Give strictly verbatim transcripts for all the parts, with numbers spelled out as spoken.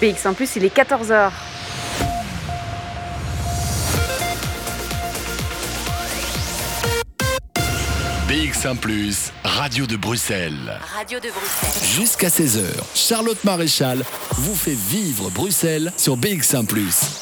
B X un plus, il est quatorze heures. B X un plus, Radio de Bruxelles. Radio de Bruxelles. Jusqu'à seize heures, Charlotte Maréchal vous fait vivre Bruxelles sur B X un plus.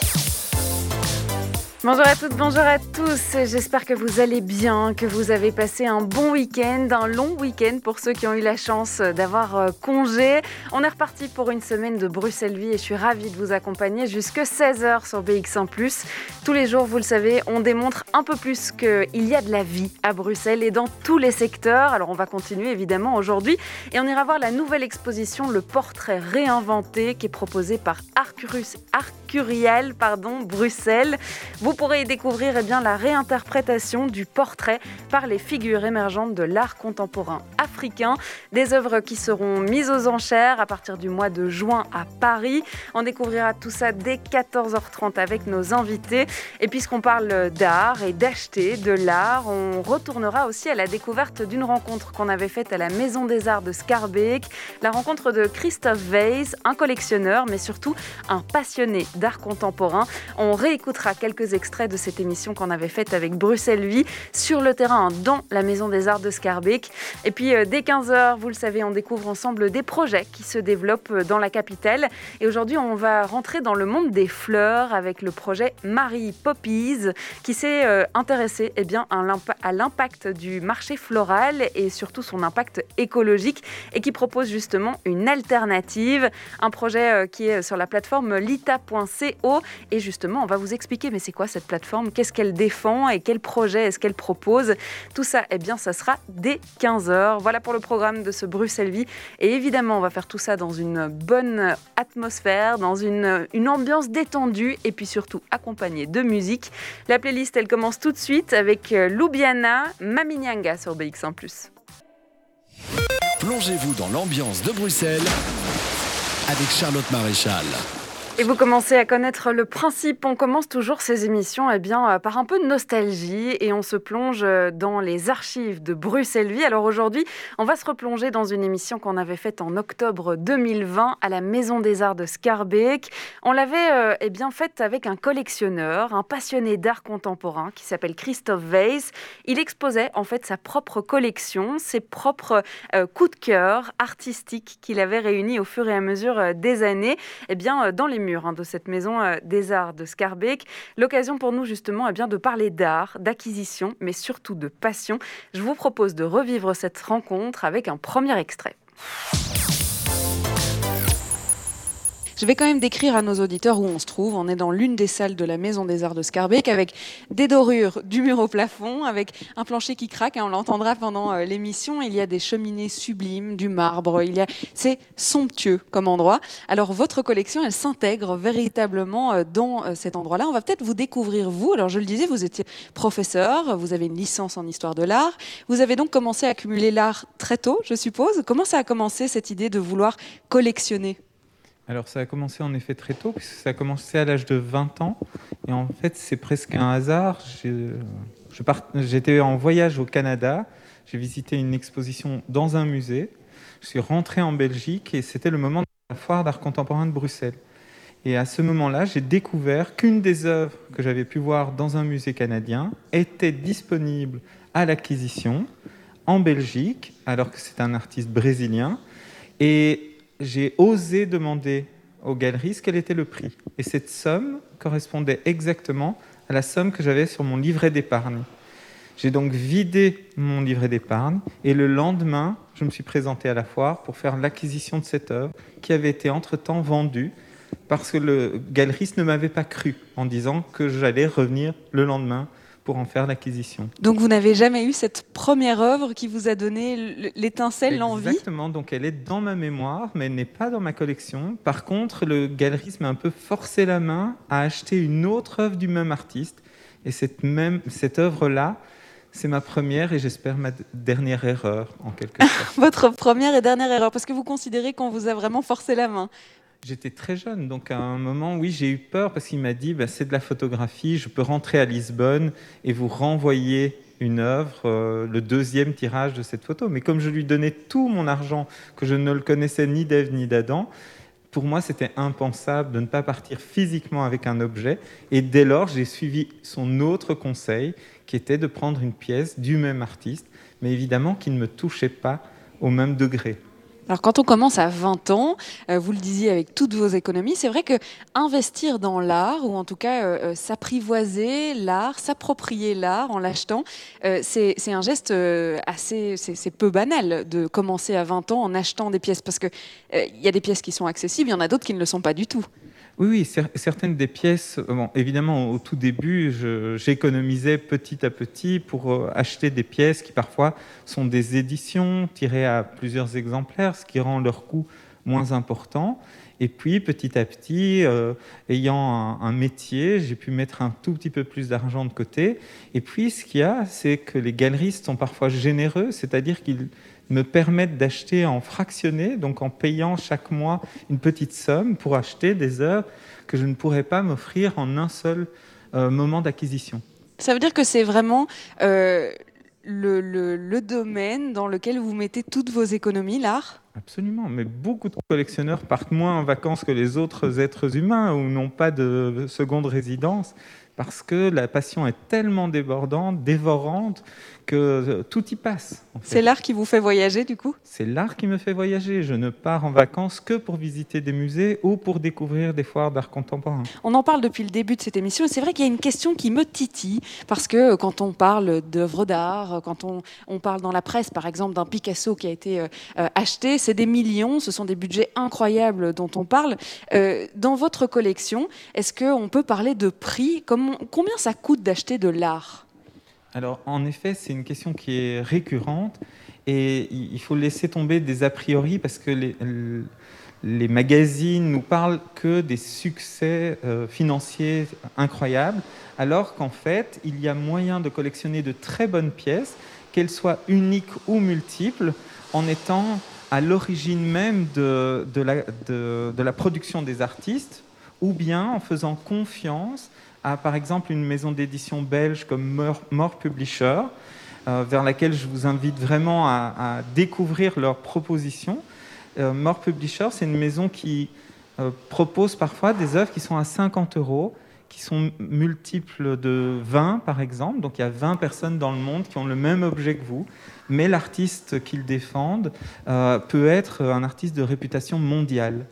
Bonjour à toutes, bonjour à tous. J'espère que vous allez bien, que vous avez passé un bon week-end, un long week-end pour ceux qui ont eu la chance d'avoir congé. On est reparti pour une semaine de Bruxelles Vie et je suis ravie de vous accompagner jusqu'à seize heures sur B X un plus. Tous les jours, vous le savez, on démontre un peu plus qu'il y a de la vie à Bruxelles et dans tous les secteurs. Alors on va continuer évidemment aujourd'hui et on ira voir la nouvelle exposition Le Portrait réinventé qui est proposée par Arcurus, Arcurial pardon, Bruxelles. Vous pourrez y découvrir eh bien, la réinterprétation du portrait par les figures émergentes de l'art contemporain africain. Des œuvres qui seront mises aux enchères à partir du mois de juin à Paris. On découvrira tout ça dès quatorze heures trente avec nos invités. Et puisqu'on parle d'art et d'acheter de l'art, on retournera aussi à la découverte d'une rencontre qu'on avait faite à la Maison des Arts de Schaerbeek. La rencontre de Christophe Weiss, un collectionneur, mais surtout un passionné d'art contemporain. On réécoutera quelques extraits de cette émission qu'on avait faite avec Bruxelles Vie sur le terrain dans la Maison des Arts de Schaerbeek. Et puis euh, dès quinze heures, vous le savez, on découvre ensemble des projets qui se développent dans la capitale. Et aujourd'hui, on va rentrer dans le monde des fleurs avec le projet Marie Poppies qui s'est euh, intéressé eh bien, à l'impact du marché floral et surtout son impact écologique et qui propose justement une alternative. Un projet euh, qui est sur la plateforme lita point co et justement, on va vous expliquer mais c'est quoi cette plateforme, qu'est-ce qu'elle défend et quel projet est-ce qu'elle propose. Tout ça, eh bien, ça sera dès quinze heures. Voilà pour le programme de ce Bruxelles Vie. Et évidemment, on va faire tout ça dans une bonne atmosphère, dans une, une ambiance détendue et puis surtout accompagnée de musique. La playlist, elle commence tout de suite avec Lubiana, Mami Nyanga sur B X un plus. Plongez-vous dans l'ambiance de Bruxelles avec Charlotte Maréchal. Et vous commencez à connaître le principe. On commence toujours ces émissions eh bien, par un peu de nostalgie et on se plonge dans les archives de Bruxelles Vie. Alors aujourd'hui, on va se replonger dans une émission qu'on avait faite en octobre deux mille vingt à la Maison des Arts de Schaerbeek. On l'avait euh, eh bien, faite avec un collectionneur, un passionné d'art contemporain qui s'appelle Christophe Weiss. Il exposait en fait sa propre collection, ses propres euh, coups de cœur artistiques qu'il avait réunis au fur et à mesure euh, des années eh bien, euh, dans les murs hein, de cette maison euh, des arts de Schaerbeek. L'occasion pour nous justement eh bien, de parler d'art, d'acquisition, mais surtout de passion. Je vous propose de revivre cette rencontre avec un premier extrait. Je vais quand même décrire à nos auditeurs où on se trouve. On est dans l'une des salles de la Maison des Arts de Schaerbeek avec des dorures du mur au plafond, avec un plancher qui craque, hein, on l'entendra pendant euh, l'émission. Il y a des cheminées sublimes, du marbre, il y a... c'est somptueux comme endroit. Alors votre collection, elle s'intègre véritablement euh, dans euh, cet endroit-là. On va peut-être vous découvrir vous. Alors je le disais, vous étiez professeur, vous avez une licence en histoire de l'art. Vous avez donc commencé à accumuler l'art très tôt, je suppose. Comment ça a commencé cette idée de vouloir collectionner ? Alors ça a commencé en effet très tôt, puisque ça a commencé à l'âge de vingt ans. Et en fait, c'est presque un hasard. J'ai, je part, j'étais en voyage au Canada, j'ai visité une exposition dans un musée. Je suis rentré en Belgique et c'était le moment de la foire d'art contemporain de Bruxelles. Et à ce moment-là, j'ai découvert qu'une des œuvres que j'avais pu voir dans un musée canadien était disponible à l'acquisition en Belgique, alors que c'est un artiste brésilien. Et j'ai osé demander aux galeristes quel était le prix. Et cette somme correspondait exactement à la somme que j'avais sur mon livret d'épargne. J'ai donc vidé mon livret d'épargne et le lendemain, je me suis présenté à la foire pour faire l'acquisition de cette œuvre qui avait été entre-temps vendue parce que le galeriste ne m'avait pas cru en disant que j'allais revenir le lendemain pour en faire l'acquisition. Donc vous n'avez jamais eu cette première œuvre qui vous a donné l'étincelle, l'envie ? Exactement, donc elle est dans ma mémoire, mais elle n'est pas dans ma collection. Par contre, le galeriste m'a un peu forcé la main à acheter une autre œuvre du même artiste. Et cette, même, cette œuvre-là, c'est ma première et j'espère ma dernière erreur, en quelque sorte. Votre première et dernière erreur, parce que vous considérez qu'on vous a vraiment forcé la main ? J'étais très jeune, donc à un moment, oui, j'ai eu peur parce qu'il m'a dit bah, « c'est de la photographie, je peux rentrer à Lisbonne et vous renvoyer une œuvre, euh, le deuxième tirage de cette photo ». Mais comme je lui donnais tout mon argent, que je ne le connaissais ni d'Ève ni d'Adam, pour moi, c'était impensable de ne pas partir physiquement avec un objet. Et dès lors, j'ai suivi son autre conseil, qui était de prendre une pièce du même artiste, mais évidemment qui ne me touchait pas au même degré. Alors quand on commence à vingt ans, euh, vous le disiez avec toutes vos économies, c'est vrai que investir dans l'art, ou en tout cas euh, s'apprivoiser l'art, s'approprier l'art en l'achetant, euh, c'est, c'est un geste euh, assez, c'est, c'est peu banal de commencer à vingt ans en achetant des pièces, parce qu'il euh, y a des pièces qui sont accessibles, il y en a d'autres qui ne le sont pas du tout. Oui, oui, cer- certaines des pièces, bon, évidemment, au tout début, je, j'économisais petit à petit pour euh, acheter des pièces qui parfois sont des éditions tirées à plusieurs exemplaires, ce qui rend leur coût moins important. Et puis, petit à petit, euh, ayant un, un métier, j'ai pu mettre un tout petit peu plus d'argent de côté. Et puis, ce qu'il y a, c'est que les galeristes sont parfois généreux, c'est-à-dire qu'ils me permettent d'acheter en fractionné, donc en payant chaque mois une petite somme pour acheter des œuvres que je ne pourrais pas m'offrir en un seul euh, moment d'acquisition. Ça veut dire que c'est vraiment euh, le, le, le domaine dans lequel vous mettez toutes vos économies, l'art ? Absolument, mais beaucoup de collectionneurs partent moins en vacances que les autres êtres humains ou n'ont pas de seconde résidence parce que la passion est tellement débordante, dévorante, que tout y passe. En fait. C'est l'art qui vous fait voyager, du coup ? C'est l'art qui me fait voyager. Je ne pars en vacances que pour visiter des musées ou pour découvrir des foires d'art contemporain. On en parle depuis le début de cette émission et c'est vrai qu'il y a une question qui me titille parce que quand on parle d'œuvres d'art, quand on, on parle dans la presse, par exemple, d'un Picasso qui a été euh, acheté, c'est des millions, ce sont des budgets incroyables dont on parle. Euh, dans votre collection, est-ce qu'on peut parler de prix ? Comment, combien ça coûte d'acheter de l'art ? Alors, en effet, c'est une question qui est récurrente et il faut laisser tomber des a priori parce que les, les magazines nous parlent que des succès euh, financiers incroyables, alors qu'en fait, il y a moyen de collectionner de très bonnes pièces, qu'elles soient uniques ou multiples, en étant à l'origine même de, de, la, de, de la production des artistes, ou bien en faisant confiance à, par exemple, une maison d'édition belge comme More, More Publisher, euh, vers laquelle je vous invite vraiment à, à découvrir leurs propositions. Euh, More Publisher, c'est une maison qui euh, propose parfois des œuvres qui sont à cinquante euros, qui sont multiples de vingt, par exemple. Donc, il y a vingt personnes dans le monde qui ont le même objet que vous, mais l'artiste qu'ils défendent euh, peut être un artiste de réputation mondiale.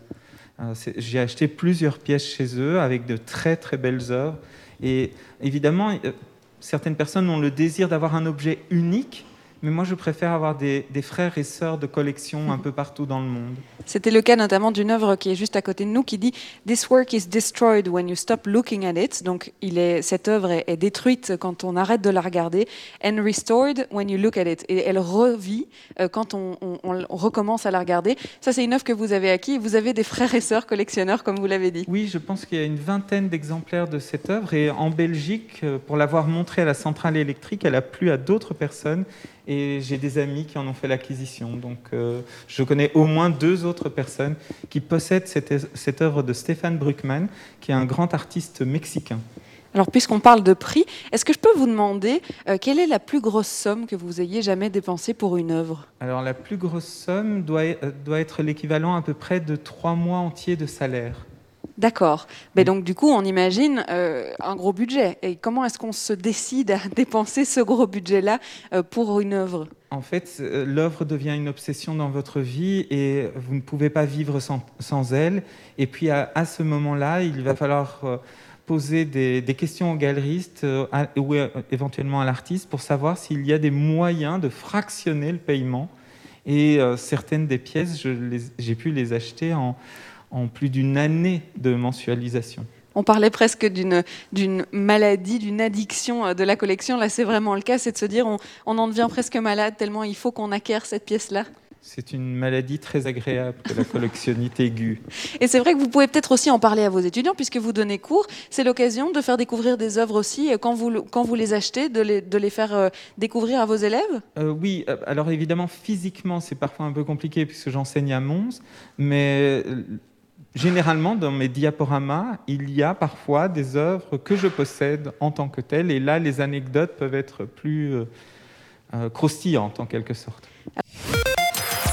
J'ai acheté plusieurs pièces chez eux avec de très très belles œuvres. Et évidemment, certaines personnes ont le désir d'avoir un objet unique, mais moi je préfère avoir des, des frères et sœurs de collection un peu partout dans le monde. C'était le cas notamment d'une œuvre qui est juste à côté de nous qui dit « This work is destroyed when you stop looking at it ». Donc il est, cette œuvre est, est détruite quand on arrête de la regarder. « And restored when you look at it ». Et elle revit euh, quand on, on, on recommence à la regarder. Ça, c'est une œuvre que vous avez acquis. Vous avez des frères et sœurs collectionneurs, comme vous l'avez dit. Oui, je pense qu'il y a une vingtaine d'exemplaires de cette œuvre. Et en Belgique, pour l'avoir montrée à la centrale électrique, elle a plu à d'autres personnes. Et j'ai des amis qui en ont fait l'acquisition. Donc, euh, je connais au moins deux autres personnes qui possèdent cette, cette œuvre de Stéphane Bruckmann, qui est un grand artiste mexicain. Alors, puisqu'on parle de prix, est-ce que je peux vous demander euh, quelle est la plus grosse somme que vous ayez jamais dépensée pour une œuvre ? Alors, la plus grosse somme doit, doit être l'équivalent à peu près de trois mois entiers de salaire. D'accord. Mais donc, du coup, on imagine euh, un gros budget. Et comment est-ce qu'on se décide à dépenser ce gros budget-là euh, pour une œuvre ? En fait, l'œuvre devient une obsession dans votre vie et vous ne pouvez pas vivre sans, sans elle. Et puis, à, à ce moment-là, il va falloir euh, poser des, des questions au galeriste euh, à, ou euh, éventuellement à l'artiste pour savoir s'il y a des moyens de fractionner le paiement. Et euh, certaines des pièces, je les, j'ai pu les acheter en... en plus d'une année de mensualisation. On parlait presque d'une, d'une maladie, d'une addiction de la collection. Là, c'est vraiment le cas, c'est de se dire on, on en devient presque malade tellement il faut qu'on acquiert cette pièce-là. C'est une maladie très agréable que la collectionnite aiguë. Et c'est vrai que vous pouvez peut-être aussi en parler à vos étudiants puisque vous donnez cours. C'est l'occasion de faire découvrir des œuvres aussi quand vous, quand vous les achetez, de les, de les faire euh, découvrir à vos élèves ? euh, Oui, alors évidemment, physiquement, c'est parfois un peu compliqué puisque j'enseigne à Mons, mais... généralement, dans mes diaporamas, il y a parfois des œuvres que je possède en tant que telles, et là, les anecdotes peuvent être plus euh, euh, croustillantes, en quelque sorte.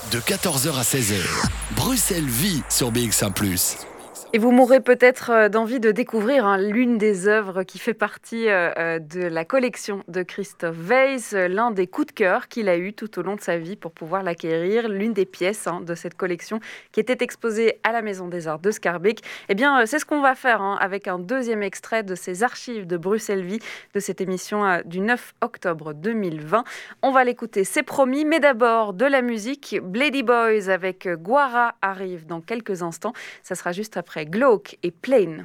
De quatorze heures à seize heures, Bruxelles vit sur B X un plus. Et vous mourrez peut-être d'envie de découvrir hein, l'une des œuvres qui fait partie euh, de la collection de Christophe Weiss, l'un des coups de cœur qu'il a eu tout au long de sa vie pour pouvoir l'acquérir, l'une des pièces hein, de cette collection qui était exposée à la Maison des Arts de Schaerbeek. Eh bien, c'est ce qu'on va faire hein, avec un deuxième extrait de ces archives de Bruxelles Vie, de cette émission euh, du neuf octobre deux mille vingt. On va l'écouter, c'est promis, mais d'abord de la musique. Bloody Boys avec Guara arrive dans quelques instants. Ça sera juste après Glauque et Plain.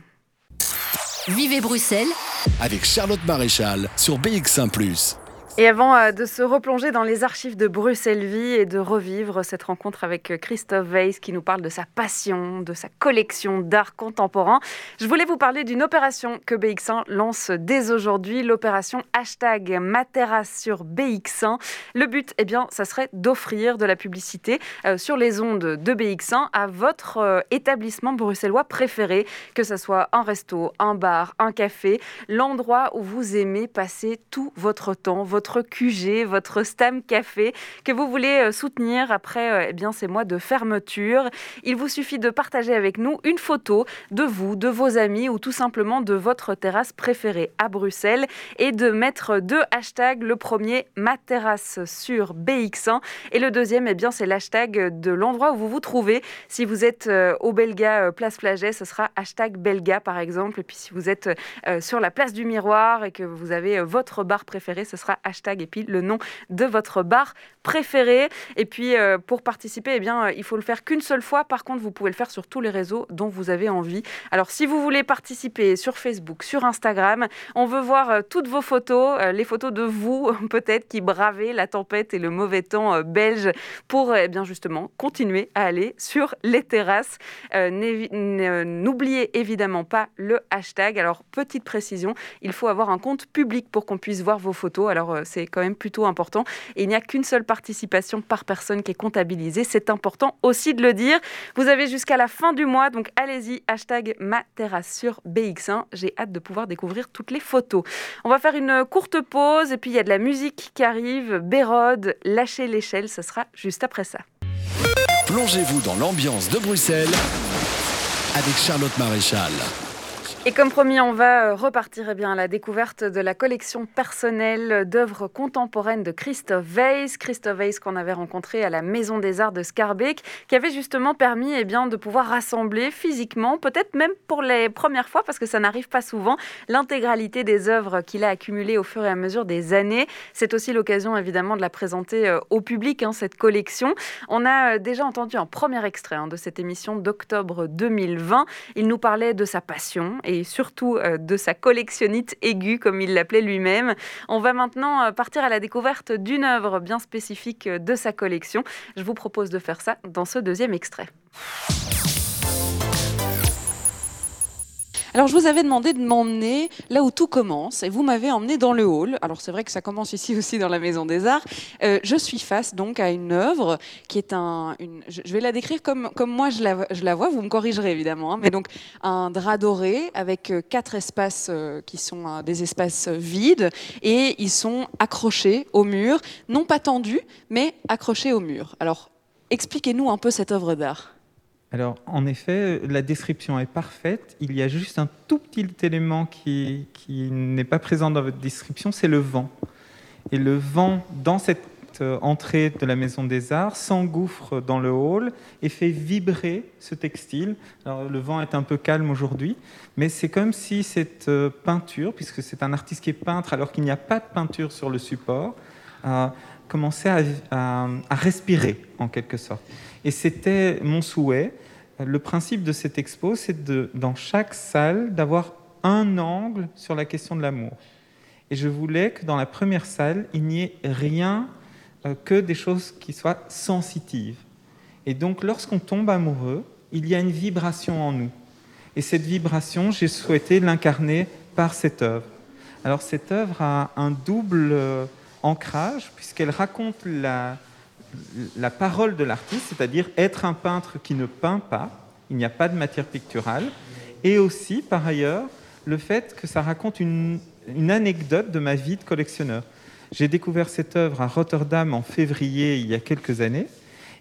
Vivez Bruxelles avec Charlotte Maréchal sur B X un plus. Et avant euh, de se replonger dans les archives de Bruxelles Vie et de revivre cette rencontre avec Christophe Weiss qui nous parle de sa passion, de sa collection d'art contemporain, je voulais vous parler d'une opération que B X un lance dès aujourd'hui, l'opération hashtag Materrasse sur B X un. Le but, eh bien, ça serait d'offrir de la publicité euh, sur les ondes de B X un à votre euh, établissement bruxellois préféré, que ce soit un resto, un bar, un café, l'endroit où vous aimez passer tout votre temps, votre votre Q G, votre Stam Café, que vous voulez soutenir après eh bien, ces mois de fermeture. Il vous suffit de partager avec nous une photo de vous, de vos amis ou tout simplement de votre terrasse préférée à Bruxelles et de mettre deux hashtags. Le premier, ma terrasse sur B X un et le deuxième, eh bien, c'est l'hashtag de l'endroit où vous vous trouvez. Si vous êtes au Belga Place Flaget, ce sera hashtag Belga par exemple. Et puis si vous êtes sur la place du Miroir et que vous avez votre bar préféré, ce sera hashtag et puis le nom de votre bar préféré. Et puis euh, pour participer, eh bien, il faut le faire qu'une seule fois. Par contre, vous pouvez le faire sur tous les réseaux dont vous avez envie. Alors si vous voulez participer sur Facebook, sur Instagram, on veut voir euh, toutes vos photos, euh, les photos de vous peut-être qui bravez la tempête et le mauvais temps euh, belge pour eh bien, justement continuer à aller sur les terrasses. Euh, n'oubliez évidemment pas le hashtag. Alors petite précision, il faut avoir un compte public pour qu'on puisse voir vos photos. Alors c'est quand même plutôt important. Et il n'y a qu'une seule participation par personne qui est comptabilisée. C'est important aussi de le dire. Vous avez jusqu'à la fin du mois, donc allez-y, hashtag ma terrasse sur B X un. J'ai hâte de pouvoir découvrir toutes les photos. On va faire une courte pause et puis il y a de la musique qui arrive. Bérode, lâchez l'échelle, ça sera juste après ça. Plongez-vous dans l'ambiance de Bruxelles avec Charlotte Maréchal. Et comme promis, on va repartir eh bien, à la découverte de la collection personnelle d'œuvres contemporaines de Christophe Weiss. Christophe Weiss qu'on avait rencontré à la Maison des Arts de Schaerbeek, qui avait justement permis eh bien, de pouvoir rassembler physiquement, peut-être même pour les premières fois, parce que ça n'arrive pas souvent, l'intégralité des œuvres qu'il a accumulées au fur et à mesure des années. C'est aussi l'occasion évidemment de la présenter au public, hein, cette collection. On a déjà entendu un premier extrait hein, de cette émission d'octobre deux mille vingt. Il nous parlait de sa passion et et surtout euh, de sa collectionnite aiguë, comme il l'appelait lui-même. On va maintenant euh, partir à la découverte d'une œuvre bien spécifique de sa collection. Je vous propose de faire ça dans ce deuxième extrait. Alors, je vous avais demandé de m'emmener là où tout commence, et vous m'avez emmené dans le hall. Alors, c'est vrai que ça commence ici aussi dans la Maison des Arts. Euh, je suis face donc à une œuvre qui est un... Une, je vais la décrire comme, comme moi je la, je la vois, vous me corrigerez évidemment, hein, mais donc un drap doré avec quatre espaces euh, qui sont euh, des espaces vides, et ils sont accrochés au mur, non pas tendus, mais accrochés au mur. Alors, expliquez-nous un peu cette œuvre d'art. Alors, en effet, la description est parfaite. Il y a juste un tout petit élément qui, qui n'est pas présent dans votre description, c'est le vent. Et le vent, dans cette entrée de la Maison des Arts, s'engouffre dans le hall et fait vibrer ce textile. Alors, le vent est un peu calme aujourd'hui, mais c'est comme si cette peinture, puisque c'est un artiste qui est peintre alors qu'il n'y a pas de peinture sur le support, euh, commençait à, à, à respirer, en quelque sorte. Et c'était mon souhait. Le principe de cette expo, c'est de, dans chaque salle, d'avoir un angle sur la question de l'amour. Et je voulais que dans la première salle, il n'y ait rien euh, que des choses qui soient sensitives. Et donc, lorsqu'on tombe amoureux, il y a une vibration en nous. Et cette vibration, j'ai souhaité l'incarner par cette œuvre. Alors, cette œuvre a un double euh, ancrage, puisqu'elle raconte la... la parole de l'artiste, c'est-à-dire être un peintre qui ne peint pas, il n'y a pas de matière picturale, et aussi, par ailleurs, le fait que ça raconte une, une anecdote de ma vie de collectionneur. J'ai découvert cette œuvre à Rotterdam en février, il y a quelques années,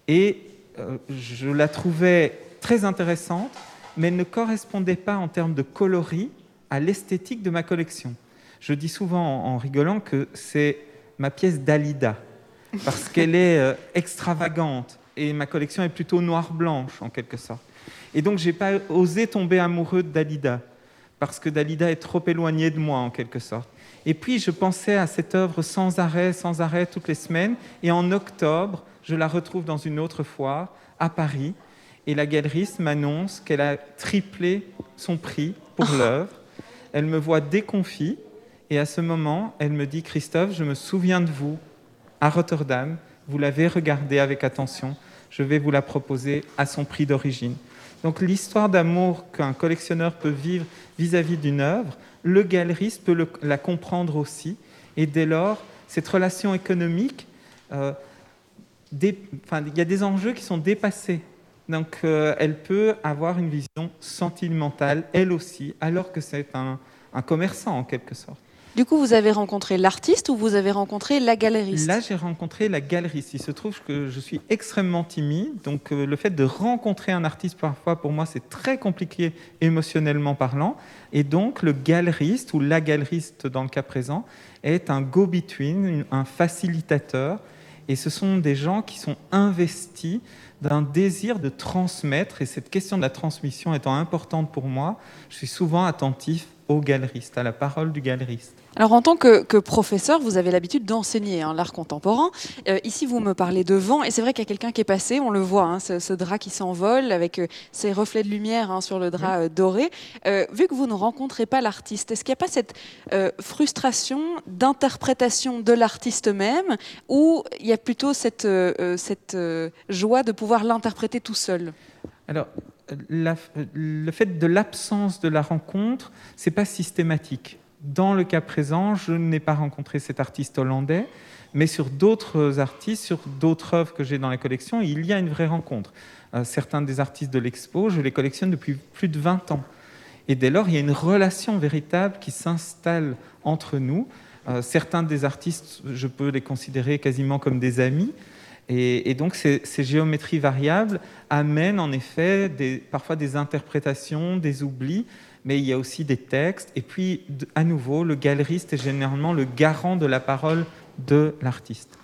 Et euh, je la trouvais très intéressante, mais elle ne correspondait pas en termes de coloris à l'esthétique de ma collection. Je dis souvent en, en rigolant que c'est ma pièce Dalida, parce qu'elle est euh, extravagante, et ma collection est plutôt noire-blanche, en quelque sorte. Et donc, je n'ai pas osé tomber amoureux de Dalida, parce que Dalida est trop éloignée de moi, en quelque sorte. Et puis, je pensais à cette œuvre sans arrêt, sans arrêt, toutes les semaines. Et en octobre, je la retrouve dans une autre foire, à Paris. Et la galeriste m'annonce qu'elle a triplé son prix pour l'œuvre. Elle me voit déconfit. Et à ce moment, elle me dit « Christophe, je me souviens de vous à Rotterdam. Vous l'avez regardée avec attention. Je vais vous la proposer à son prix d'origine. » Donc l'histoire d'amour qu'un collectionneur peut vivre vis-à-vis d'une œuvre, le galeriste peut le, la comprendre aussi. Et dès lors, cette relation économique, euh, dé, enfin, il y a des enjeux qui sont dépassés. Donc euh, elle peut avoir une vision sentimentale, elle aussi, alors que c'est un, un commerçant en quelque sorte. Du coup, vous avez rencontré l'artiste ou vous avez rencontré la galeriste ? Là, j'ai rencontré la galeriste. Il se trouve que je suis extrêmement timide, donc euh, le fait de rencontrer un artiste parfois, pour moi, c'est très compliqué émotionnellement parlant. Et donc, le galeriste, ou la galeriste dans le cas présent, est un go-between, un facilitateur. Et ce sont des gens qui sont investis d'un désir de transmettre. Et cette question de la transmission étant importante pour moi, je suis souvent attentif au galeriste, à la parole du galeriste. Alors en tant que, que professeur, vous avez l'habitude d'enseigner hein, l'art contemporain. Euh, ici, vous me parlez de vent, et c'est vrai qu'il y a quelqu'un qui est passé, on le voit, hein, ce, ce drap qui s'envole avec euh, ces reflets de lumière hein, sur le drap euh, doré. Euh, vu que vous ne rencontrez pas l'artiste, est-ce qu'il n'y a pas cette euh, frustration d'interprétation de l'artiste même, ou il y a plutôt cette, euh, cette euh, joie de pouvoir l'interpréter tout seul ? Alors, la, le fait de l'absence de la rencontre, ce n'est pas systématique. Dans le cas présent, je n'ai pas rencontré cet artiste hollandais, mais sur d'autres artistes, sur d'autres œuvres que j'ai dans la collection, il y a une vraie rencontre. Euh, certains des artistes de l'expo, je les collectionne depuis plus de vingt ans. Et dès lors, il y a une relation véritable qui s'installe entre nous. Euh, certains des artistes, je peux les considérer quasiment comme des amis. Et, et donc, ces, ces géométries variables amènent en effet des, parfois des interprétations, des oublis, mais il y a aussi des textes. Et puis, à nouveau, le galeriste est généralement le garant de la parole de l'artiste.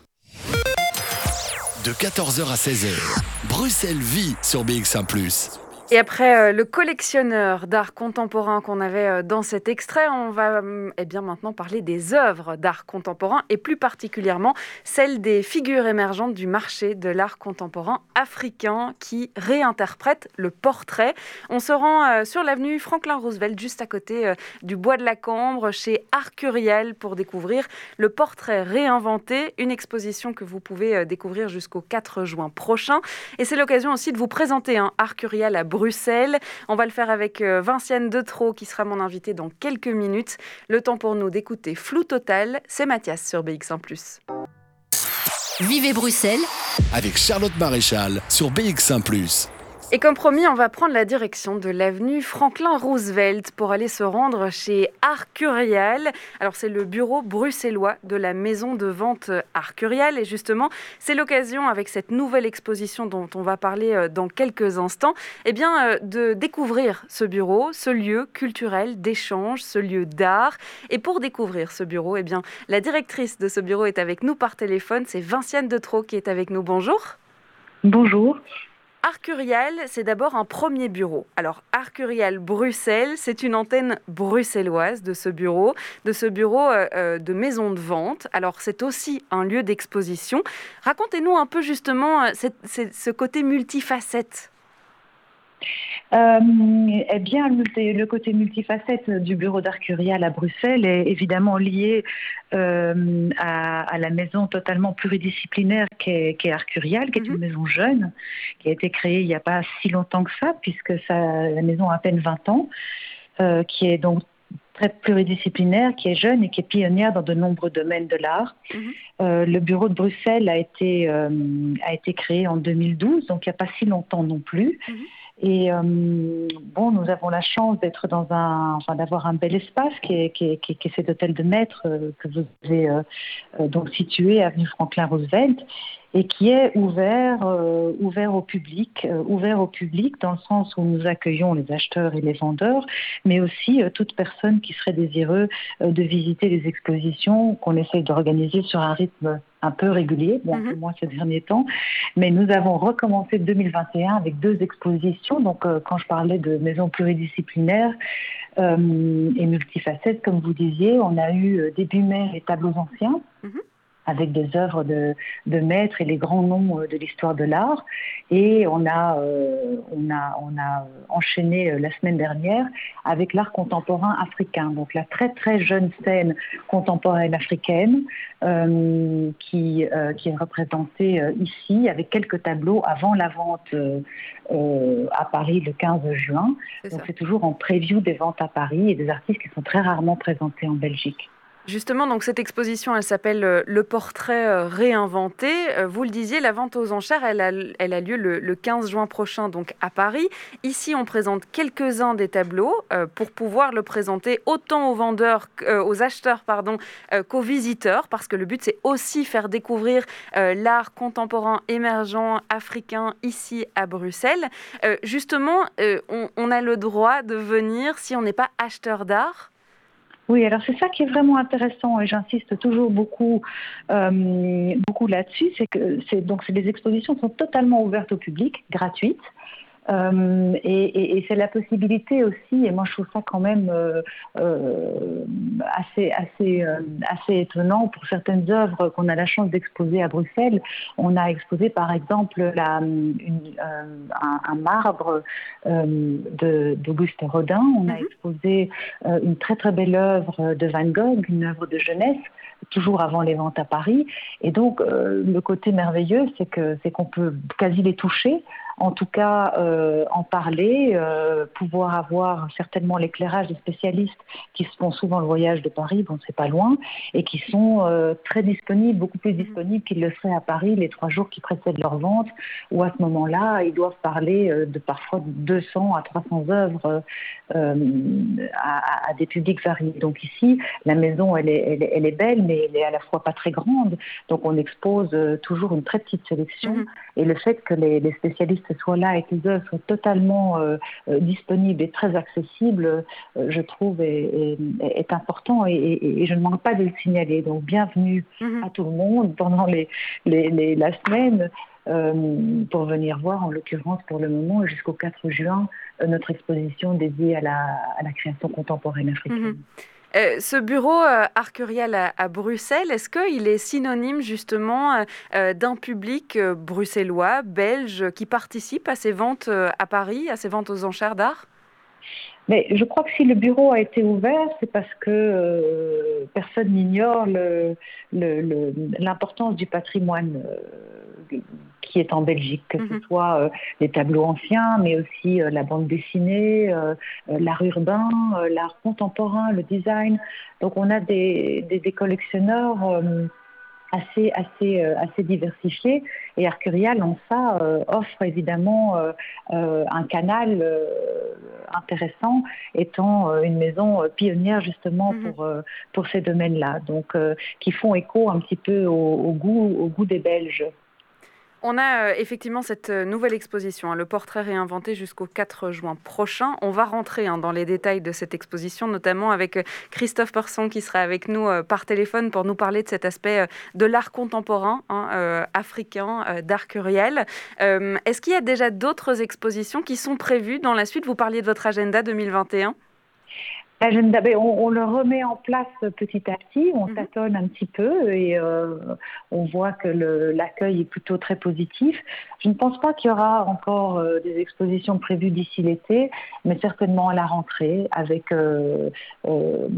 De quatorze heures à seize heures, Bruxelles vit sur B X un plus. Et après euh, le collectionneur d'art contemporain qu'on avait euh, dans cet extrait, on va euh, eh bien maintenant parler des œuvres d'art contemporain et plus particulièrement celles des figures émergentes du marché de l'art contemporain africain qui réinterprètent le portrait. On se rend euh, sur l'avenue Franklin Roosevelt, juste à côté euh, du Bois de la Cambre, chez Art Curial pour découvrir le portrait réinventé, une exposition que vous pouvez euh, découvrir jusqu'au quatre juin prochain. Et c'est l'occasion aussi de vous présenter un Art Curial à Bruxelles. On va le faire avec Vinciane Detro qui sera mon invitée dans quelques minutes. Le temps pour nous d'écouter Flou Total, c'est Mathias sur B X un plus. Vivez Bruxelles avec Charlotte Maréchal sur B X un plus. Et comme promis, on va prendre la direction de l'avenue Franklin Roosevelt pour aller se rendre chez Art Curial. Alors c'est le bureau bruxellois de la maison de vente Art Curial et justement c'est l'occasion avec cette nouvelle exposition dont on va parler dans quelques instants, eh bien de découvrir ce bureau, ce lieu culturel d'échange, ce lieu d'art. Et pour découvrir ce bureau, eh bien la directrice de ce bureau est avec nous par téléphone, c'est Vinciane Detro qui est avec nous. Bonjour. Bonjour. Art Curial, c'est d'abord un premier bureau. Alors, Art Curial Bruxelles, c'est une antenne bruxelloise de ce bureau, de ce bureau euh, de maison de vente. Alors, c'est aussi un lieu d'exposition. Racontez-nous un peu justement euh, cette, cette, ce côté multifacette. Euh, eh bien, le côté multifacette du bureau d'Art Curial à Bruxelles est évidemment lié euh, à, à la maison totalement pluridisciplinaire qu'est, qu'est Art Curial, qui est mm-hmm. une maison jeune, qui a été créée il n'y a pas si longtemps que ça, puisque ça, la maison a à peine vingt ans, euh, qui est donc très pluridisciplinaire, qui est jeune et qui est pionnière dans de nombreux domaines de l'art. Mmh. Euh, le bureau de Bruxelles a été, euh, a été créé en deux mille douze, donc il n'y a pas si longtemps non plus. Mmh. Et euh, bon, nous avons la chance d'être dans un, enfin, d'avoir un bel espace qui est, qui est, qui est, qui est cet hôtel de maître euh, que vous avez euh, donc situé avenue Franklin Roosevelt. et qui est ouvert, euh, ouvert au public, euh, ouvert au public dans le sens où nous accueillons les acheteurs et les vendeurs, mais aussi euh, toute personne qui serait désireux euh, de visiter les expositions qu'on essaye d'organiser sur un rythme un peu régulier, bon, un peu moins ces derniers temps, mais nous avons recommencé deux mille vingt et un avec deux expositions. Donc, euh, quand je parlais de maisons pluridisciplinaires euh, et multifacettes, comme vous disiez, on a eu euh, début mai les tableaux anciens, mm-hmm. avec des œuvres de, de maîtres et les grands noms de l'histoire de l'art. Et on a, euh, on a, on a enchaîné euh, la semaine dernière avec l'art contemporain africain. Donc la très très jeune scène contemporaine africaine euh, qui, euh, qui est représentée euh, ici avec quelques tableaux avant la vente euh, euh, à Paris le quinze juin. C'est Donc ça. C'est toujours en preview des ventes à Paris et des artistes qui sont très rarement présentés en Belgique. Justement, donc cette exposition, elle s'appelle euh, Le portrait euh, réinventé. Euh, vous le disiez, la vente aux enchères, elle a, elle a lieu le, le quinze juin prochain, donc à Paris. Ici, on présente quelques-uns des tableaux euh, pour pouvoir le présenter autant aux vendeurs, euh, aux acheteurs, pardon, euh, qu'aux visiteurs, parce que le but, c'est aussi faire découvrir euh, l'art contemporain émergent africain ici à Bruxelles. Euh, justement, euh, on, on a le droit de venir si on n'est pas acheteur d'art. Oui, alors c'est ça qui est vraiment intéressant et j'insiste toujours beaucoup, euh, beaucoup là-dessus, c'est que c'est, donc, c'est, les expositions sont totalement ouvertes au public, gratuites. Euh, et, et, et c'est la possibilité aussi, et moi je trouve ça quand même euh, euh, assez, assez, euh, assez étonnant pour certaines œuvres qu'on a la chance d'exposer à Bruxelles. On a exposé par exemple la, une, euh, un, un marbre euh, de, d'Auguste Rodin, on a exposé euh, une très très belle œuvre de Van Gogh, une œuvre de jeunesse, toujours avant les ventes à Paris. Et donc euh, le côté merveilleux, c'est, que, c'est qu'on peut quasi les toucher. En tout cas, euh, en parler, euh, pouvoir avoir certainement l'éclairage des spécialistes qui se font souvent le voyage de Paris, bon, c'est pas loin, et qui sont euh, très disponibles, beaucoup plus disponibles qu'ils le seraient à Paris les trois jours qui précèdent leur vente, où à ce moment-là, ils doivent parler euh, de parfois deux cents à trois cents œuvres euh, à, à des publics variés. Donc ici, la maison, elle est, elle est, elle est belle, mais elle est à la fois pas très grande, donc on expose euh, toujours une très petite sélection, mmh. et le fait que les, les spécialistes soient là et que les œuvres soient totalement euh, euh, disponibles et très accessibles, euh, je trouve, est, est, est important et, et, et je ne manque pas de le signaler. Donc, bienvenue mmh. à tout le monde pendant les, les, les, la semaine euh, pour venir voir, en l'occurrence pour le moment, jusqu'au quatre juin, euh, notre exposition dédiée à la, à la création contemporaine africaine. Mmh. Euh, ce bureau euh, Arcurial à, à Bruxelles, est-ce qu'il est synonyme justement euh, d'un public euh, bruxellois, belge, qui participe à ces ventes euh, à Paris, à ces ventes aux enchères d'art ? Mais je crois que si le bureau a été ouvert, c'est parce que euh, personne n'ignore le, le, le, l'importance du patrimoine euh, qui est en Belgique, que mm-hmm. ce soit euh, les tableaux anciens, mais aussi euh, la bande dessinée, euh, euh, l'art urbain, euh, l'art contemporain, le design. Donc on a des, des, des collectionneurs euh, assez, assez, euh, assez diversifiés. Et Arcurial, en ça, euh, offre évidemment euh, euh, un canal euh, intéressant, étant euh, une maison euh, pionnière justement mm-hmm. pour, euh, pour ces domaines-là, donc euh, qui font écho un petit peu au, au, goût, au goût des Belges. On a euh, effectivement cette euh, nouvelle exposition, hein, le portrait réinventé jusqu'au quatre juin prochain. On va rentrer hein, dans les détails de cette exposition, notamment avec euh, Christophe Persson qui sera avec nous euh, par téléphone pour nous parler de cet aspect euh, de l'art contemporain hein, euh, africain, euh, d'Arcurial. Euh, est-ce qu'il y a déjà d'autres expositions qui sont prévues dans la suite ? Vous parliez de votre agenda deux mille vingt et un. L'agenda, on, on le remet en place petit à petit, on mmh. tâtonne un petit peu et euh, on voit que le, l'accueil est plutôt très positif. Je ne pense pas qu'il y aura encore euh, des expositions prévues d'ici l'été, mais certainement à la rentrée. Avec, euh, euh,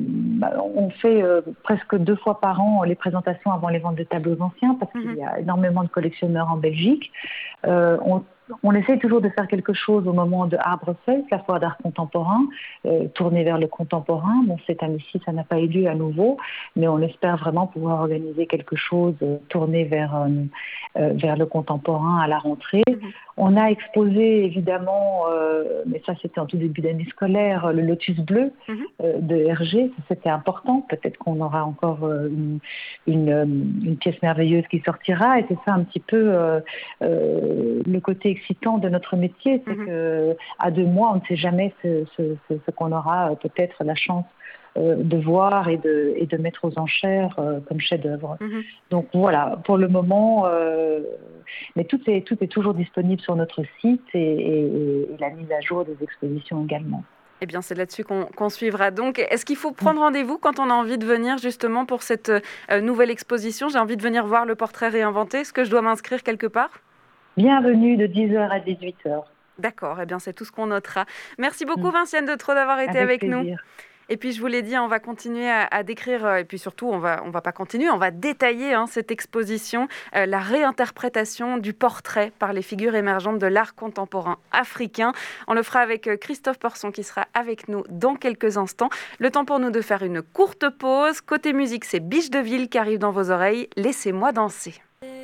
on fait euh, presque deux fois par an les présentations avant les ventes de tableaux anciens parce mmh. qu'il y a énormément de collectionneurs en Belgique. Euh, on On essaie toujours de faire quelque chose au moment de Art Bruxelles, la foire d'art contemporain, euh, tournée vers le contemporain. Bon, cette année-ci, ça n'a pas eu lieu à nouveau, mais on espère vraiment pouvoir organiser quelque chose euh, tourné vers, euh, euh, vers le contemporain à la rentrée. Mmh. On a exposé évidemment, euh, mais ça c'était en tout début d'année scolaire, le Lotus Bleu mmh. euh, de Hergé. C'était important. Peut-être qu'on aura encore euh, une, une, une pièce merveilleuse qui sortira. Et c'est ça un petit peu euh, euh, le côté excitant de notre métier, c'est mmh. que à deux mois, on ne sait jamais ce, ce, ce, ce qu'on aura euh, peut-être la chance euh, de voir et de, et de mettre aux enchères euh, comme chef-d'œuvre. Mmh. Donc voilà, pour le moment, euh, mais tout est, tout est toujours disponible sur notre site et, et, et la mise à jour des expositions également. Eh bien, c'est là-dessus qu'on, qu'on suivra. Donc, est-ce qu'il faut prendre rendez-vous quand on a envie de venir justement pour cette euh, nouvelle exposition ? J'ai envie de venir voir le portrait réinventé. Est-ce que je dois m'inscrire quelque part ? Bienvenue de dix heures à dix-huit heures. D'accord, eh bien c'est tout ce qu'on notera. Merci beaucoup Vinciane de Trau d'avoir été avec, avec nous. Et puis je vous l'ai dit, on va continuer à, à décrire, et puis surtout on va, on va pas continuer, on va détailler hein, cette exposition, euh, la réinterprétation du portrait par les figures émergentes de l'art contemporain africain. On le fera avec Christophe Porson qui sera avec nous dans quelques instants. Le temps pour nous de faire une courte pause. Côté musique, c'est Biche de Ville qui arrive dans vos oreilles. Laissez-moi danser.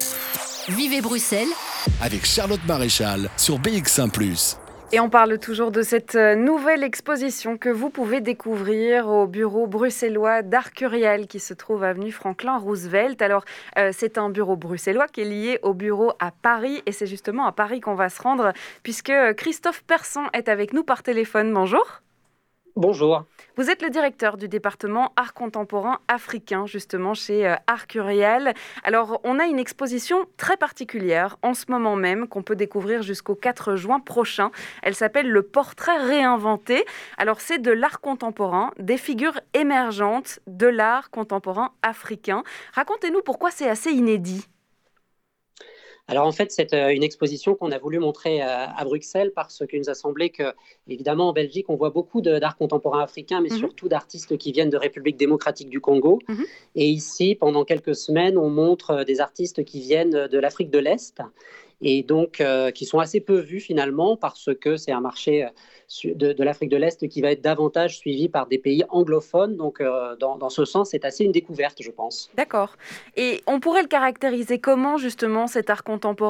Vivez Bruxelles avec Charlotte Maréchal sur B X un plus. Et on parle toujours de cette nouvelle exposition que vous pouvez découvrir au bureau bruxellois d'Art Curial qui se trouve avenue Franklin Roosevelt. Alors, euh, c'est un bureau bruxellois qui est lié au bureau à Paris et c'est justement à Paris qu'on va se rendre puisque Christophe Persson est avec nous par téléphone. Bonjour. Bonjour. Vous êtes le directeur du département art contemporain africain, justement, chez euh, Art Curial. Alors, on a une exposition très particulière en ce moment même qu'on peut découvrir jusqu'au quatre juin prochain. Elle s'appelle Le Portrait réinventé. Alors, c'est de l'art contemporain, des figures émergentes de l'art contemporain africain. Racontez-nous pourquoi c'est assez inédit. Alors en fait, c'est une exposition qu'on a voulu montrer à Bruxelles parce qu'il nous a semblé que, évidemment, en Belgique, on voit beaucoup d'art contemporain africain, mais mmh. surtout d'artistes qui viennent de République démocratique du Congo. Mmh. Et ici, pendant quelques semaines, on montre des artistes qui viennent de l'Afrique de l'Est et donc euh, qui sont assez peu vus finalement parce que c'est un marché de, de l'Afrique de l'Est qui va être davantage suivi par des pays anglophones. Donc euh, dans, dans ce sens, c'est assez une découverte, je pense. D'accord. Et on pourrait le caractériser comment justement cet art contemporain ?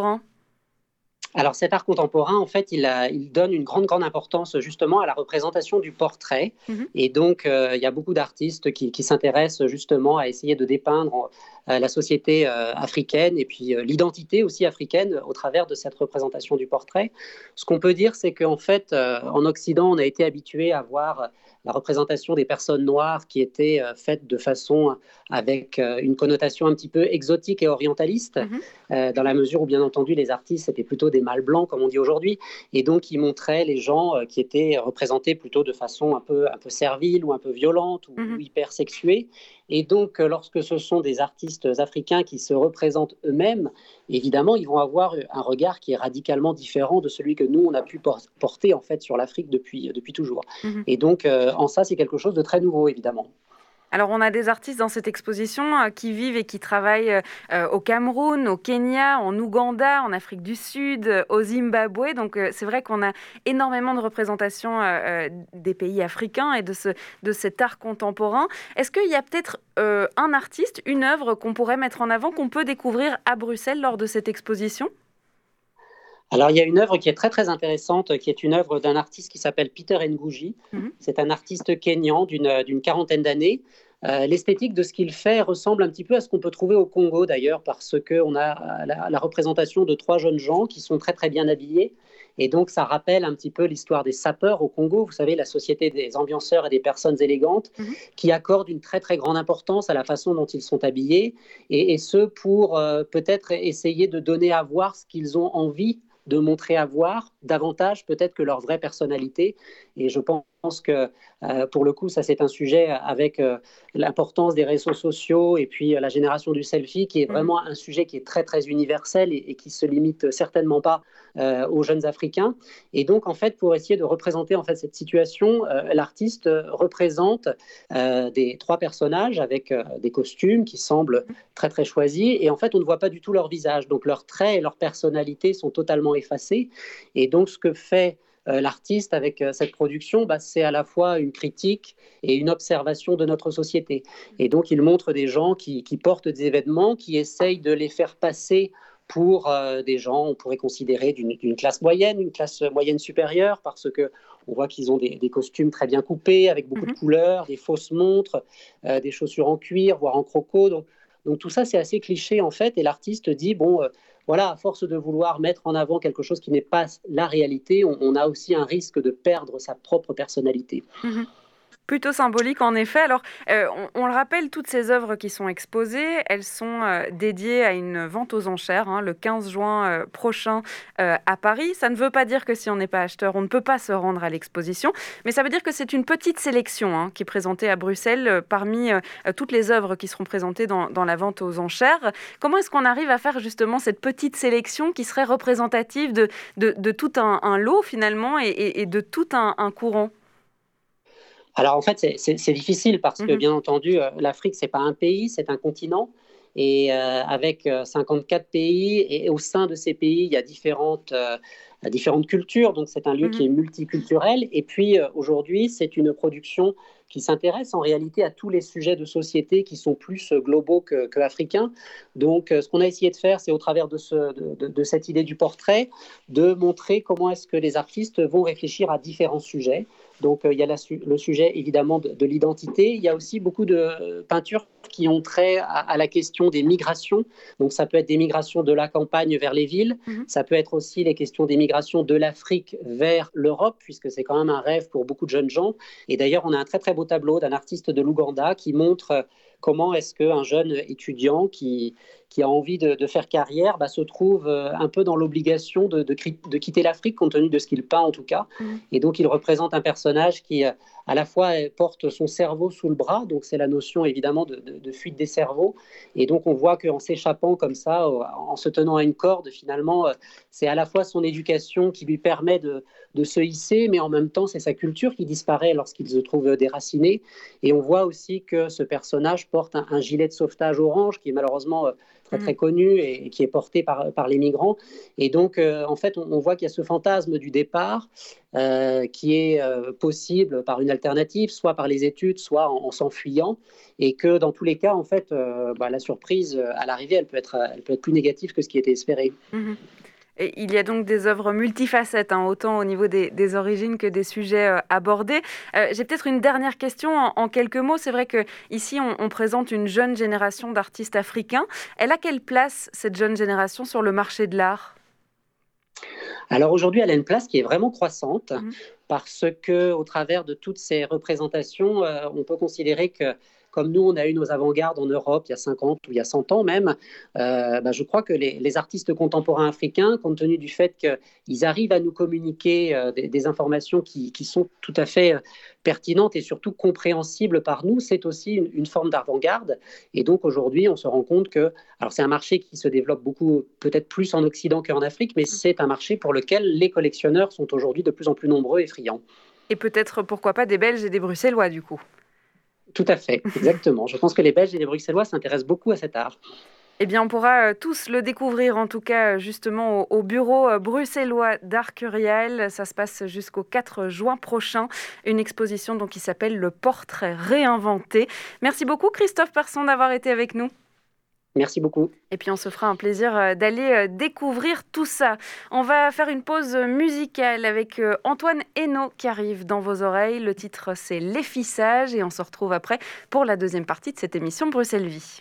Alors cet art contemporain, en fait, il, a, il donne une grande, grande importance justement à la représentation du portrait. Mmh. Et donc, euh, il y a beaucoup d'artistes qui, qui s'intéressent justement à essayer de dépeindre euh, la société euh, africaine et puis euh, l'identité aussi africaine au travers de cette représentation du portrait. Ce qu'on peut dire, c'est qu'en fait, euh, en Occident, on a été habitué à voir la représentation des personnes noires qui était euh, faite de façon avec euh, une connotation un petit peu exotique et orientaliste, mmh. euh, dans la mesure où, bien entendu, les artistes, c'était plutôt des mâles blancs, comme on dit aujourd'hui, et donc ils montraient les gens euh, qui étaient représentés plutôt de façon un peu, un peu servile ou un peu violente ou, mmh. ou hyper sexuée. Et donc, euh, lorsque ce sont des artistes africains qui se représentent eux-mêmes, évidemment, ils vont avoir un regard qui est radicalement différent de celui que nous, on a pu porter en fait sur l'Afrique depuis, depuis toujours. Mmh. Et donc, euh, en ça, c'est quelque chose de très nouveau, évidemment. Alors, on a des artistes dans cette exposition euh, qui vivent et qui travaillent euh, au Cameroun, au Kenya, en Ouganda, en Afrique du Sud, euh, au Zimbabwe. Donc, euh, c'est vrai qu'on a énormément de représentations euh, des pays africains et de, ce, de cet art contemporain. Est-ce qu'il y a peut-être euh, un artiste, une œuvre qu'on pourrait mettre en avant, qu'on peut découvrir à Bruxelles lors de cette exposition ? Alors, il y a une œuvre qui est très, très intéressante, qui est une œuvre d'un artiste qui s'appelle Peter Ngugi. Mm-hmm. C'est un artiste kényan d'une, d'une quarantaine d'années. Euh, l'esthétique de ce qu'il fait ressemble un petit peu à ce qu'on peut trouver au Congo, d'ailleurs, parce qu'on a la, la représentation de trois jeunes gens qui sont très, très bien habillés. Et donc, ça rappelle un petit peu l'histoire des sapeurs au Congo. Vous savez, la société des ambianceurs et des personnes élégantes mmh. qui accordent une très, très grande importance à la façon dont ils sont habillés. Et, et ce, pour euh, peut-être essayer de donner à voir ce qu'ils ont envie de montrer à voir, davantage peut-être que leur vraie personnalité. Et je pense pense que euh, pour le coup, ça c'est un sujet avec euh, l'importance des réseaux sociaux et puis euh, la génération du selfie qui est vraiment un sujet qui est très très universel et, et qui se limite certainement pas euh, aux jeunes Africains. Et donc en fait, pour essayer de représenter en fait cette situation, euh, l'artiste représente euh, des trois personnages avec euh, des costumes qui semblent très très choisis et en fait on ne voit pas du tout leur visage, donc leurs traits et leur personnalité sont totalement effacés. Et donc ce que fait Euh, l'artiste avec euh, cette production, bah, c'est à la fois une critique et une observation de notre société. Et donc il montre des gens qui, qui portent des événements, qui essayent de les faire passer pour euh, des gens, on pourrait considérer d'une, d'une classe moyenne, une classe moyenne supérieure, parce que on voit qu'ils ont des, des costumes très bien coupés, avec beaucoup mm-hmm. de couleurs, des fausses montres, euh, des chaussures en cuir, voire en croco. Donc, donc tout ça, c'est assez cliché en fait. Et l'artiste dit, bon, euh, voilà, à force de vouloir mettre en avant quelque chose qui n'est pas la réalité, on, on a aussi un risque de perdre sa propre personnalité. Mmh. Plutôt symbolique en effet. Alors, euh, on, on le rappelle, toutes ces œuvres qui sont exposées, elles sont euh, dédiées à une vente aux enchères hein, le quinze juin euh, prochain euh, à Paris. Ça ne veut pas dire que si on n'est pas acheteur, on ne peut pas se rendre à l'exposition, mais ça veut dire que c'est une petite sélection hein, qui est présentée à Bruxelles euh, parmi euh, toutes les œuvres qui seront présentées dans, dans la vente aux enchères. Comment est-ce qu'on arrive à faire justement cette petite sélection qui serait représentative de, de, de tout un, un lot finalement et, et, et de tout un, un courant ? Alors en fait, c'est, c'est, c'est difficile parce que, mmh. bien entendu, euh, l'Afrique, ce n'est pas un pays, c'est un continent. Et euh, avec euh, cinquante-quatre pays, et au sein de ces pays, il y a différentes, euh, différentes cultures. Donc c'est un lieu mmh. qui est multiculturel. Et puis euh, aujourd'hui, c'est une production qui s'intéresse en réalité à tous les sujets de société qui sont plus globaux que, que africains. Donc euh, ce qu'on a essayé de faire, c'est au travers de, ce, de, de, de cette idée du portrait, de montrer comment est-ce que les artistes vont réfléchir à différents sujets. Donc, euh, il y a la, le sujet, évidemment, de, de l'identité. Il y a aussi beaucoup de peintures qui ont trait à, à la question des migrations. Donc, ça peut être des migrations de la campagne vers les villes. Mmh. Ça peut être aussi les questions des migrations de l'Afrique vers l'Europe, puisque c'est quand même un rêve pour beaucoup de jeunes gens. Et d'ailleurs, on a un très, très beau tableau d'un artiste de l'Ouganda qui montre comment est-ce qu'un jeune étudiant qui, qui a envie de, de faire carrière bah, se trouve euh, un peu dans l'obligation de, de, de quitter l'Afrique, compte tenu de ce qu'il peint en tout cas. Mmh. Et donc il représente un personnage qui euh, à la fois porte son cerveau sous le bras, donc c'est la notion évidemment de, de, de fuite des cerveaux. Et donc on voit qu'en s'échappant comme ça, euh, en se tenant à une corde, finalement, euh, c'est à la fois son éducation qui lui permet de, de se hisser, mais en même temps c'est sa culture qui disparaît lorsqu'il se trouve déraciné. Et on voit aussi que ce personnage porte un, un gilet de sauvetage orange qui est malheureusement euh, très très connu et, et qui est porté par, par les migrants. Et donc euh, en fait on, on voit qu'il y a ce fantasme du départ euh, qui est euh, possible par une alternative, soit par les études, soit en, en s'enfuyant, et que dans tous les cas en fait euh, bah, la surprise à l'arrivée elle peut être, elle peut être plus négative que ce qui était espéré. Mmh. Et il y a donc des œuvres multifacettes, hein, autant au niveau des, des origines que des sujets euh, abordés. Euh, j'ai peut-être une dernière question en, en quelques mots. C'est vrai qu'ici, on, on présente une jeune génération d'artistes africains. Elle a quelle place, cette jeune génération, sur le marché de l'art ? Alors aujourd'hui, elle a une place qui est vraiment croissante mmh. parce qu'au travers de toutes ces représentations, euh, on peut considérer que comme nous, on a eu nos avant-gardes en Europe il y a cinquante ou il y a cent ans même, euh, bah, je crois que les, les artistes contemporains africains, compte tenu du fait qu'ils arrivent à nous communiquer euh, des, des informations qui, qui sont tout à fait euh, pertinentes et surtout compréhensibles par nous, c'est aussi une, une forme d'avant-garde. Et donc aujourd'hui, on se rend compte que, alors c'est un marché qui se développe beaucoup, peut-être plus en Occident qu'en Afrique, mais c'est un marché pour lequel les collectionneurs sont aujourd'hui de plus en plus nombreux et friands. Et peut-être, pourquoi pas, des Belges et des Bruxellois du coup ? Tout à fait, exactement. Je pense que les Belges et les Bruxellois s'intéressent beaucoup à cet art. Eh bien, on pourra tous le découvrir, en tout cas, justement, au, au bureau bruxellois d'Art Curial. Ça se passe jusqu'au quatre juin prochain. Une exposition donc, qui s'appelle « Le portrait réinventé ». Merci beaucoup, Christophe Persson, d'avoir été avec nous. Merci beaucoup. Et puis on se fera un plaisir d'aller découvrir tout ça. On va faire une pause musicale avec Antoine Hainaut qui arrive dans vos oreilles. Le titre c'est L'effissage et on se retrouve après pour la deuxième partie de cette émission Bruxelles Vie.